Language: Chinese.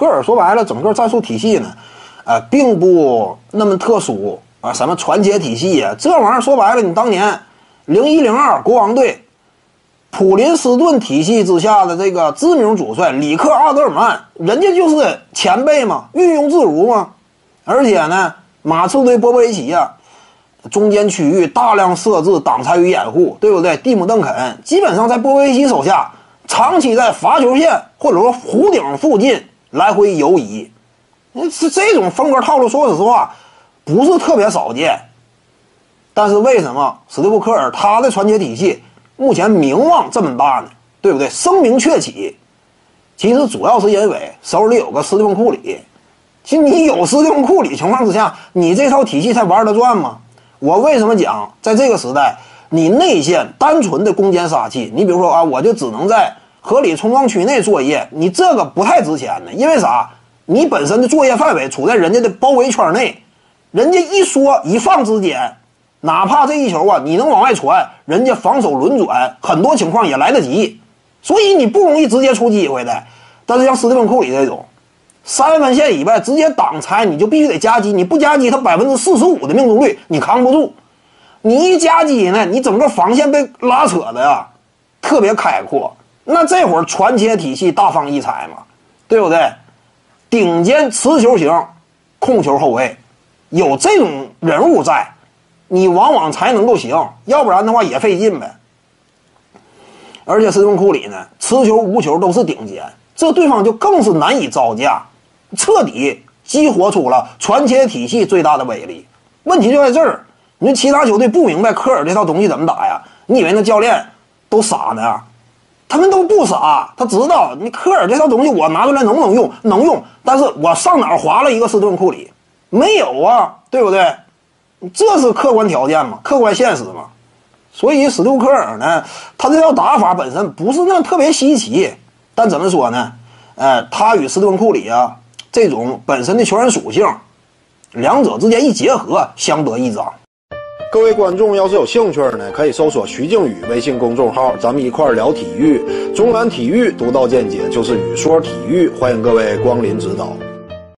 科尔说白了，整个战术体系呢，并不那么特殊啊，什么传切体系呀，这玩意儿说白了，你当年01-02国王队普林斯顿体系之下的这个知名主帅里克·阿德尔曼，人家就是前辈嘛，运用自如嘛。而且呢，马刺队波波维奇呀，中间区域大量设置挡拆与掩护，对不对？蒂姆·邓肯基本上在波波维奇手下，长期在罚球线或者说弧顶附近来回游移。是这种风格套路，说实话不是特别少见。但是为什么史蒂夫·科尔他的传切体系目前名望这么大呢？对不对？声名鹊起，其实主要是因为手里有个斯蒂芬·库里。其实你有斯蒂芬·库里情况之下，你这套体系才玩得转吗？我为什么讲，在这个时代，你内线单纯的攻坚杀器，你比如说啊，我就只能在合理冲撞区内作业，你这个不太值钱的，因为啥？你本身的作业范围处在人家的包围圈内，人家一说一放之间，哪怕这一球啊，你能往外传，人家防守轮转，很多情况也来得及，所以你不容易直接出机会的。但是像斯蒂芬·库里这种3分线以外直接挡拆，你就必须得夹击，你不夹击，他45%的命中率你扛不住。你一夹击呢，你整个防线被拉扯的呀，特别开阔。那这会儿传切体系大放异彩嘛，对不对？顶尖持球型控球后卫，有这种人物在，你往往才能够行，要不然的话也费劲呗。而且斯蒂芬·库里呢，持球无球都是顶尖，这对方就更是难以招架，彻底激活出了传切体系最大的威力。问题就在这儿，你说其他球队不明白科尔这套东西怎么打呀？你以为那教练都傻呢？他们都不傻，他知道你科尔这套东西我拿出来能不能用？能用，但是我上哪儿划了一个斯蒂芬·库里？没有啊，对不对？这是客观条件嘛，客观现实嘛。所以史蒂夫·科尔呢，他这套打法本身不是那么特别稀奇，但怎么说呢？他与斯蒂芬·库里啊这种本身的球员属性，两者之间一结合，相得益彰。各位观众要是有兴趣呢，可以搜索徐静宇微信公众号，咱们一块聊体育，中原体育独到见解就是语说体育，欢迎各位光临指导。